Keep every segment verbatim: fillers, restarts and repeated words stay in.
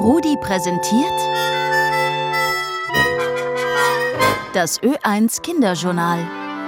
Rudi präsentiert das Ö eins Kinderjournal.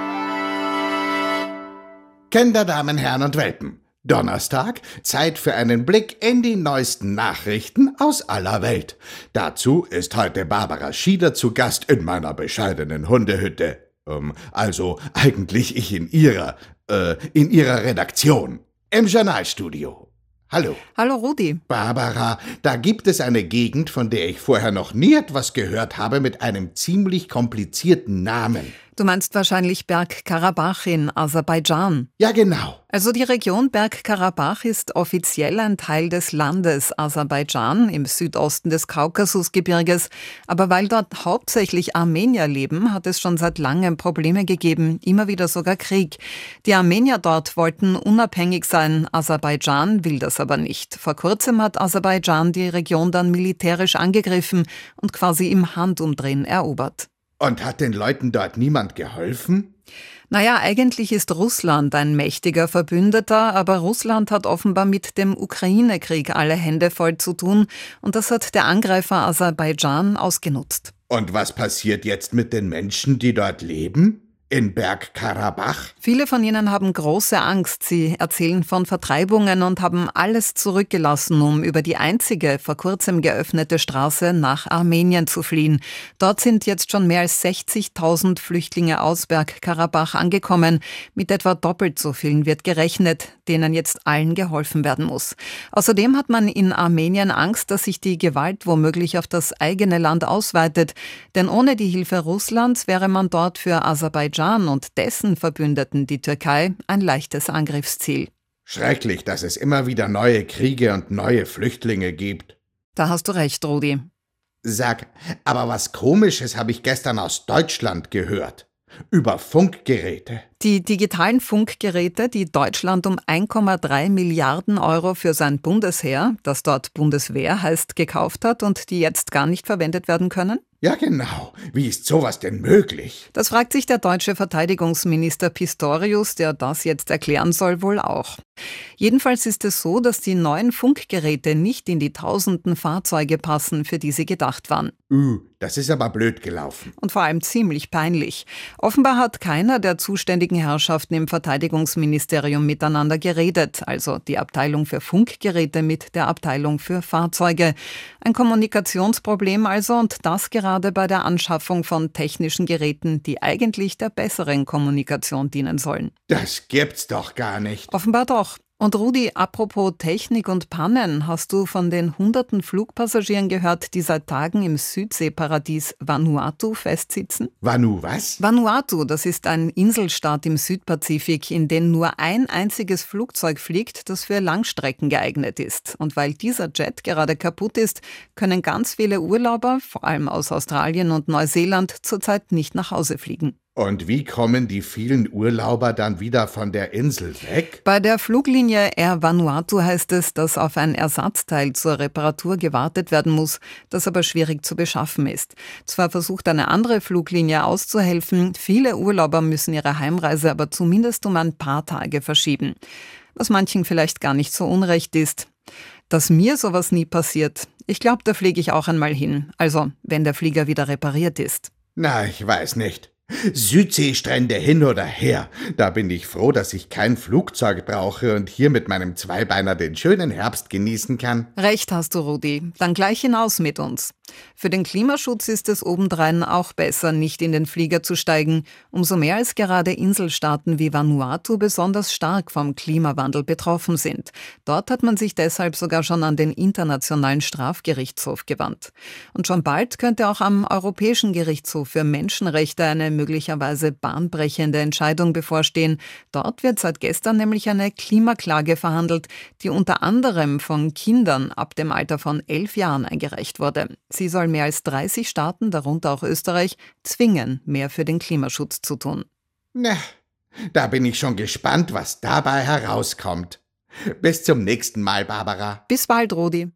Kinder, Damen, Herren und Welpen. Donnerstag, Zeit für einen Blick in die neuesten Nachrichten aus aller Welt. Dazu ist heute Barbara Schieder zu Gast in meiner bescheidenen Hundehütte. Ähm, also eigentlich ich in ihrer, äh, in ihrer Redaktion. Im Journalstudio. Hallo. Hallo Rudi. Barbara, da gibt es eine Gegend, von der ich vorher noch nie etwas gehört habe, mit einem ziemlich komplizierten Namen. Du meinst wahrscheinlich Bergkarabach in Aserbaidschan. Ja, genau. Also die Region Bergkarabach ist offiziell ein Teil des Landes Aserbaidschan im Südosten des Kaukasusgebirges. Aber weil dort hauptsächlich Armenier leben, hat es schon seit langem Probleme gegeben, immer wieder sogar Krieg. Die Armenier dort wollten unabhängig sein, Aserbaidschan will das aber nicht. Vor kurzem hat Aserbaidschan die Region dann militärisch angegriffen und quasi im Handumdrehen erobert. Und hat den Leuten dort niemand geholfen? Naja, eigentlich ist Russland ein mächtiger Verbündeter, aber Russland hat offenbar mit dem Ukraine-Krieg alle Hände voll zu tun und das hat der Angreifer Aserbaidschan ausgenutzt. Und was passiert jetzt mit den Menschen, die dort leben? In Bergkarabach? Viele von ihnen haben große Angst. Sie erzählen von Vertreibungen und haben alles zurückgelassen, um über die einzige vor kurzem geöffnete Straße nach Armenien zu fliehen. Dort sind jetzt schon mehr als sechzigtausend Flüchtlinge aus Bergkarabach angekommen. Mit etwa doppelt so vielen wird gerechnet, denen jetzt allen geholfen werden muss. Außerdem hat man in Armenien Angst, dass sich die Gewalt womöglich auf das eigene Land ausweitet. Denn ohne die Hilfe Russlands wäre man dort für Aserbaidschan und dessen Verbündeten, die Türkei, ein leichtes Angriffsziel. Schrecklich, dass es immer wieder neue Kriege und neue Flüchtlinge gibt. Da hast du recht, Rudi. Sag, aber was Komisches habe ich gestern aus Deutschland gehört. Über Funkgeräte. Die digitalen Funkgeräte, die Deutschland um ein Komma drei Milliarden Euro für sein Bundesheer, das dort Bundeswehr heißt, gekauft hat und die jetzt gar nicht verwendet werden können? Ja, genau. Wie ist sowas denn möglich? Das fragt sich der deutsche Verteidigungsminister Pistorius, der das jetzt erklären soll, wohl auch. Jedenfalls ist es so, dass die neuen Funkgeräte nicht in die tausenden Fahrzeuge passen, für die sie gedacht waren. Uh, das ist aber blöd gelaufen. Und vor allem ziemlich peinlich. Offenbar hat keiner der zuständigen Herrschaften im Verteidigungsministerium miteinander geredet, also die Abteilung für Funkgeräte mit der Abteilung für Fahrzeuge. Ein Kommunikationsproblem also und das gerade bei der Anschaffung von technischen Geräten, die eigentlich der besseren Kommunikation dienen sollen. Das gibt's doch gar nicht. Offenbar doch. Und Rudi, apropos Technik und Pannen, hast du von den hunderten Flugpassagieren gehört, die seit Tagen im Südseeparadies Vanuatu festsitzen? Vanu was? Vanuatu, das ist ein Inselstaat im Südpazifik, in den nur ein einziges Flugzeug fliegt, das für Langstrecken geeignet ist. Und weil dieser Jet gerade kaputt ist, können ganz viele Urlauber, vor allem aus Australien und Neuseeland, zurzeit nicht nach Hause fliegen. Und wie kommen die vielen Urlauber dann wieder von der Insel weg? Bei der Fluglinie Air Vanuatu heißt es, dass auf ein Ersatzteil zur Reparatur gewartet werden muss, das aber schwierig zu beschaffen ist. Zwar versucht eine andere Fluglinie auszuhelfen, viele Urlauber müssen ihre Heimreise aber zumindest um ein paar Tage verschieben. Was manchen vielleicht gar nicht so unrecht ist. Dass mir sowas nie passiert, ich glaube, da fliege ich auch einmal hin. Also, wenn der Flieger wieder repariert ist. Na, ich weiß nicht. Südseestrände hin oder her. Da bin ich froh, dass ich kein Flugzeug brauche und hier mit meinem Zweibeiner den schönen Herbst genießen kann. Recht hast du, Rudi. Dann gleich hinaus mit uns. Für den Klimaschutz ist es obendrein auch besser, nicht in den Flieger zu steigen. Umso mehr als gerade Inselstaaten wie Vanuatu besonders stark vom Klimawandel betroffen sind. Dort hat man sich deshalb sogar schon an den Internationalen Strafgerichtshof gewandt. Und schon bald könnte auch am Europäischen Gerichtshof für Menschenrechte eine möglicherweise bahnbrechende Entscheidung bevorstehen. Dort wird seit gestern nämlich eine Klimaklage verhandelt, die unter anderem von Kindern ab dem Alter von elf Jahren eingereicht wurde. Sie soll mehr als dreißig Staaten, darunter auch Österreich, zwingen, mehr für den Klimaschutz zu tun. Na, da bin ich schon gespannt, was dabei herauskommt. Bis zum nächsten Mal, Barbara. Bis bald, Rudi.